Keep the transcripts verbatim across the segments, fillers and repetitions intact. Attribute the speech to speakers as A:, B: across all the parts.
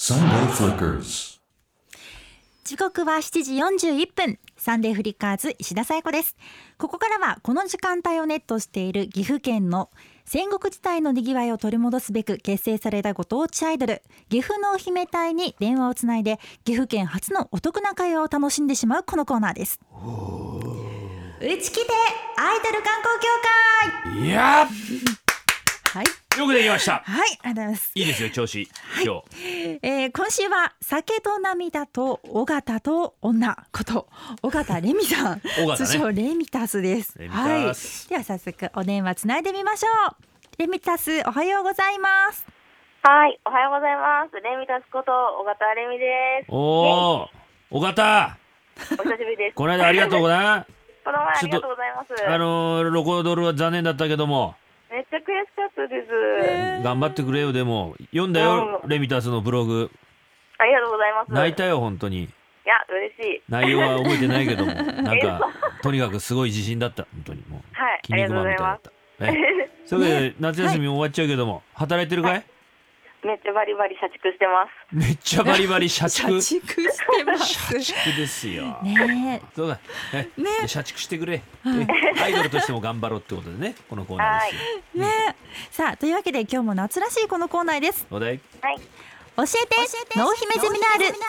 A: Sunday Flickers。
B: 時刻はしちじよんじゅういっぷん、サンデーフリッカーズ石田紗友子です。ここからはこの時間帯をネットしている岐阜県の戦国時代のにぎわいを取り戻すべく結成されたご当地アイドル岐阜のお姫隊に電話をつないで岐阜県初のお得な会話を楽しんでしまうこのコーナーです。うちきてアイドル観光協会。
C: いや
B: はい、
C: よくできました。
B: はい、ありがとうございます。
C: いいですよ調子、
B: はい、
C: 今日、
B: えー、今週は酒と涙と尾形と女こと尾形レミさん
C: 尾形ね、
B: 通称レミタスです。
C: レミタス、
B: はい、では早速お電話つないでみましょう。レミタス、おはようございます。
D: はい、おはようございます。レミタスこと尾形レミです。
C: おー、尾形
D: お久しぶりです。
C: この間ありがとうございます。
D: この前ありがとうございます。
C: あのー、ロコドルは残念だったけども
D: めっちゃ悔しかったです。
C: 頑張ってくれよ。でも読んだよ、うん、レミタスのブログ。
D: ありがとうございます。
C: 泣いたよ本当に。
D: いや嬉しい。
C: 内容は覚えてないけどもなんかとにかくすごい自信だった。本当にもう、
D: はい、
C: 筋肉マンみたいだった。それで夏休み終わっちゃうけども、はい、働いてるかい？はい、
D: めっちゃバリバリ社畜してます。
C: めっちゃバリバリ社畜
B: 社畜してます。
C: 社畜ですよ。
B: ねえ、
C: そうだ、ね、社畜してくれ、アイドルとしても頑張ろうってことでね、このコーナーですよ。
B: ね、さあというわけで今日も夏らしいこのコーナーです。
C: お題、
D: はい、
B: 教えて濃姫ゼミナールサマー。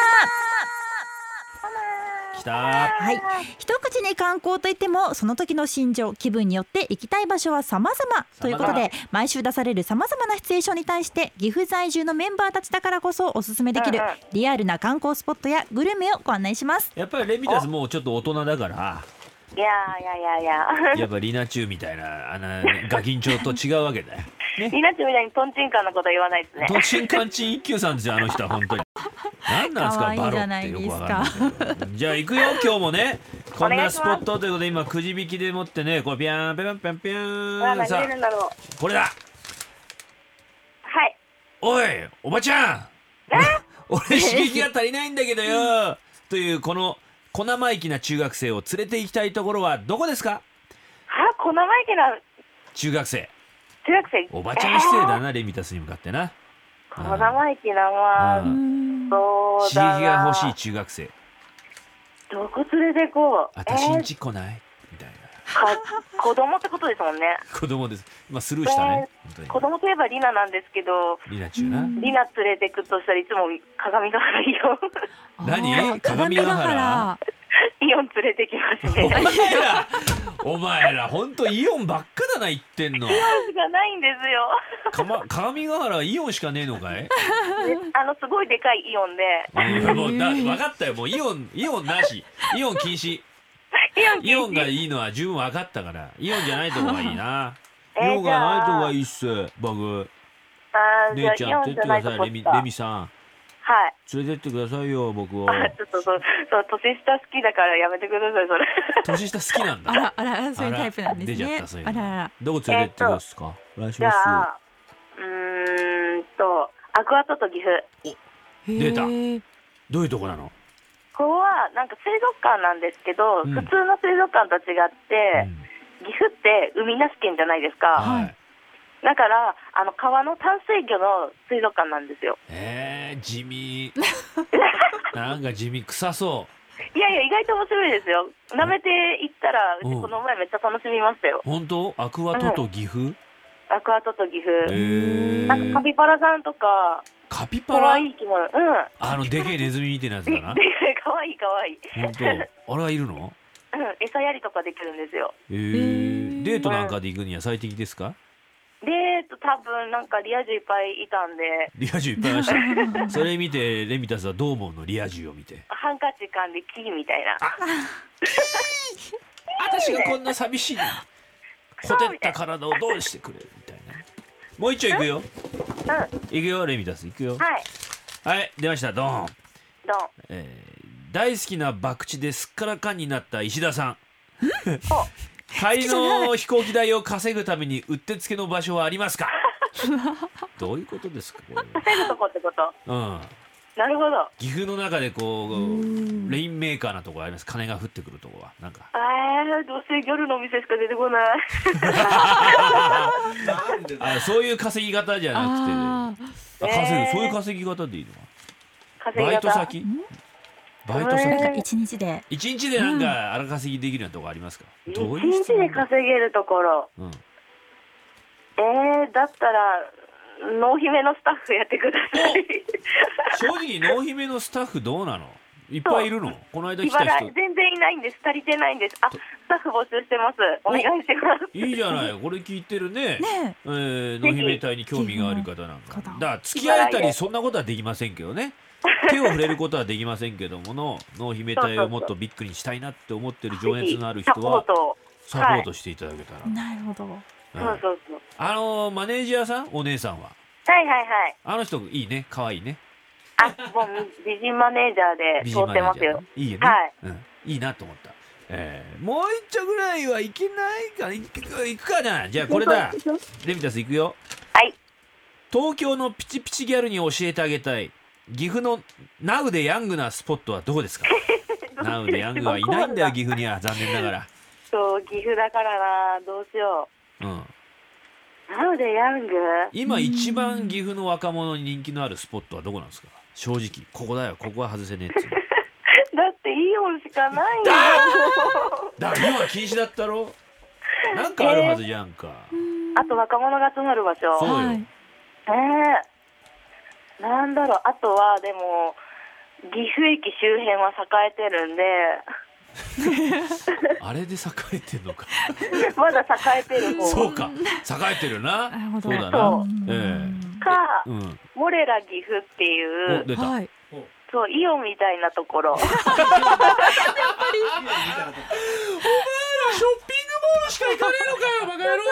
C: きたー。
B: はい、一口に観光といってもその時の心情気分によって行きたい場所は様々ということで、毎週出される様々なシチュエーションに対して岐阜在住のメンバーたちだからこそおすすめできるリアルな観光スポットやグルメをご案内します。
C: やっぱりレミタスもうちょっと大人だから
D: いやいやいやいや
C: やっぱリナチュウみたいなあのガキンチョウと違うわけだよ、ね、
D: リナチュウみたいにトンチンカンなことは言わないですね。
C: トンチンカンチン一休さんですよあの人は本当に。何なんですかバロってよくわかんないけど。じゃあ行くよ今日もねこんなスポットということで今くじ引きでもってねこれピャーンピャンピャンピャンさあこれだ。はい。おいおばちゃん俺刺激が足りないんだけどよというこの小生意気な中学生を連れて行きたいところはどこですか？
D: は小生意気な
C: 中学生。
D: 中学生
C: おばちゃん失礼だな、えー、レミタスに向かってな。
D: 小生意気なはそうだな。
C: 刺激が欲しい中学生
D: どこ連れてこう。
C: 私んち来ない、えー、みたいな
D: 子供ってことですもんね。
C: 子供です。今スルーしたね、
D: えー、子供といえばリナなんですけど
C: リナ中な。
D: リナ連れてくとしたらいつも鏡ヶ原イオン
C: 何鏡ヶ原
D: イオン連れてきますね。
C: お前らお前らほんとイオンばっかだな言ってんの。
D: イオンしかないんですよ。
C: か、ま、鏡ヶ原はイオンしかねえのかい？
D: あのすごいでかいイオンで、
C: うん、もうだ分かったよ。もうイオンイオンなし、イオン禁止。イオンがいいのは十分分かったからイオンじゃないとこがいいな。イオンがないとこがいいっす。僕
D: あ
C: 姉ちゃん連れてってください。レミ、レミさん、
D: はい、
C: 連れてってくださいよ僕を。
D: あちょっとそうそう年下好きだからやめてくださいそれ。
C: 年下好きなんだ。
B: あらあらそういうタイプなんですね。
C: 出ちゃったそういうの。
B: あらあら
C: どこ連れてってくださいか。お願いします。
D: じゃあうーんとアクアトト岐阜。
C: 出た。どういうとこなの？
D: ここはなんか水族館なんですけど、うん、普通の水族館と違って、うん、岐阜って海なし県じゃないですか、はい、だからあの川の淡水魚の水族館なんですよ。
C: えー、地味なんか地味臭そう。
D: いやいや意外と面白いですよ。舐めていったらうちこの前めっちゃ楽しみましたよ。
C: 本当？アクアトト岐阜、うん、
D: アクアトト岐阜、
C: えー、
D: なんかカピバラさんとか
C: カピバラ、
D: 可愛い生き物、うん、
C: あのでけえネズミみたいなやつだな。
D: で可愛い可愛い。
C: 本当？あれはいるの？
D: うん、餌やりとかできるんですよ。
C: えー、デートなんかで行くには最適ですか？
D: デート多分なんかリア充いっぱいいたんで。
C: リア充いっぱいいましたそれ見てレミタスはどう思うの？リア充を見て
D: ハンカチ噛んでキーみたいな。
C: 私がこんな寂しいほてった体をどうしてくれるみたいな。もう一丁行くよ。うん、行くよレミタス行くよ。
D: はい
C: はい出ました。ドン
D: ドン、
C: えー、大好きな博打ですっからかんになった石田さん帰りの飛行機代を稼ぐためにうってつけの場所はありますか？どういうことですかこれ？
D: 稼ぐとこってこと？
C: うん、
D: なるほど。
C: 岐阜の中でこうレインメーカーなところあります。金が降ってくるところはなんか。
D: えー、どうせ夜のお店しか出てこない
C: あ、そういう稼ぎ方じゃなくてあ稼ぐ、そういう稼ぎ方でいいの？
D: 稼ぎ方
C: バイト先？バイト先？
B: なんか一日で
C: 一日でなんか荒稼ぎできるようなとこありますか？
D: 一
C: どういう
D: 日で稼げるところ、
C: うん、
D: えー、だったら濃姫のスタッフやってください。
C: 正直濃姫のスタッフどうなの？いっぱいいるの？この間来た人
D: 全然いないんです。足りてないんです。あ、スタッフ募集してます。お願いします。
C: いいじゃない、これ聞いてるね。
B: ね
C: えー、濃姫隊に興味がある方なんか。だから付き合えたりそんなことはできませんけどね。手を触れることはできませんけどもの、濃姫隊をもっとビッグにしたいなって思ってる情熱のある人はサポートしていただけたら。
B: なるほど。
D: そうそうそう。
C: あのマネージャーさん、お姉さんは。
D: はいはいはい。
C: あの人いいね、可愛いね。
D: あ、もう美人マネージャーで通ってますよ。
C: いいよね。
D: はい。
C: うん、いいなと思った。えー、もう一丁ぐらいはいけないかな、いく、いくかな。じゃあこれだ。レミタスいくよ。
D: はい。
C: 東京のピチピチギャルに教えてあげたい岐阜のナウでヤングなスポットはどこですか？ナウでヤングはいないんだよ、岐阜には。残念ながら。
D: そう、岐阜だからな、どうしよう。うん。ナウでヤング？
C: 今一番岐阜の若者に人気のあるスポットはどこなんですか？正直ここだよ、ここは外せねえっつうの。
D: だってイオンしかないよ。
C: だから今禁止だったろ。なんかあるはずじゃんか。
D: えー、あと若者が集まる場所。
C: そうよ。
D: はい、えー、なんだろう。あとはでも岐阜駅周辺は栄えてるんで。
C: あれで栄えてんのか。
D: まだ栄えてる方。
C: そうか、栄えてるな。そうだな。
D: そう、
C: えー、
D: か、
C: うん、
D: モレラ岐阜っていう。
C: 出た。はい、
D: そう、イオンみたいなところ。やっぱり。お前らショッピングモ
C: ールしか行かねえのかよ、バカ野郎。ショッピングモールしかない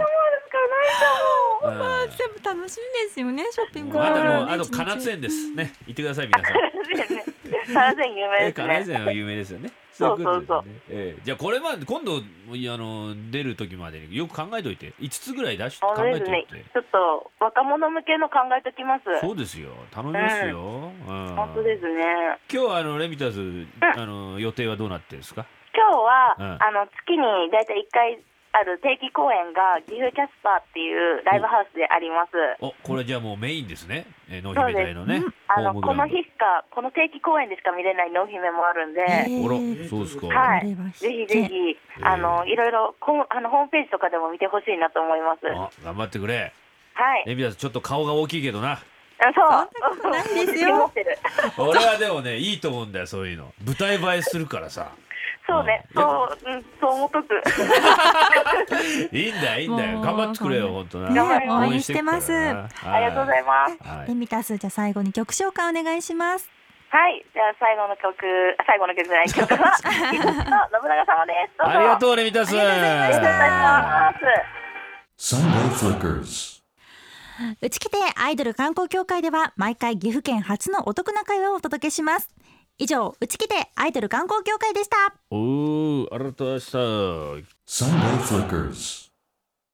B: と思う。まあ、でも楽しいですよね、ショッピングモ
C: ール。
B: あと、
C: あと金津園です。ね、行ってください、皆さん。
D: 金津園有名ですね。
C: 金津園は有名ですよね。
D: そうそうそう。
C: えー、じゃあこれまで今度あの出る時までによく考えといて、いつつぐらい出し考えといて、ね、
D: ちょっと若者向けの考えときます。
C: そうですよ、頼みますよ。うん、
D: 本当ですね。
C: 今日はあのレミタス、うん、あの予定はどうなってるんですか？
D: 今日は、うん、あの月にだいたいいっかいある定期公演が岐阜キャスパーっていうライブハウスであります。
C: お、これじゃあもうメインですね。えー、濃姫隊のね。
D: あのこの日しかこの定期公演でしか見れない濃姫もあるんで。
C: ほら、そうですか。
D: はい。ぜひぜひあのいろいろこあのホームページとかでも見てほしいなと思います。
C: あ、頑張ってくれ。
D: はい。
C: レミタスちょっと顔が大きいけどな。
D: そう。
B: ないですよ。
C: 俺はでもね、いいと思うんだよ、そういうの。舞台映えするからさ。
D: そうね、そう、うん、そう思っとく。
C: いいんだよ、いいんだよ、頑張ってくれよ、本当な。
B: 応援してます。あり
D: がとうございます。
B: レミタス、じゃあ最後に曲紹介お願いします。
D: はい、じゃあ最後の曲、最後の曲じゃない曲は信長様です。
C: ありがとうレミタス。ありがとうございま
B: した。Sunday Flickers。うちきてアイドル観光協会では毎回岐阜県初のお得な会話をお届けします。以上、うちきてアイドル観光協会でした。
C: おー、ありがとうございました。
A: Sunday Flickers。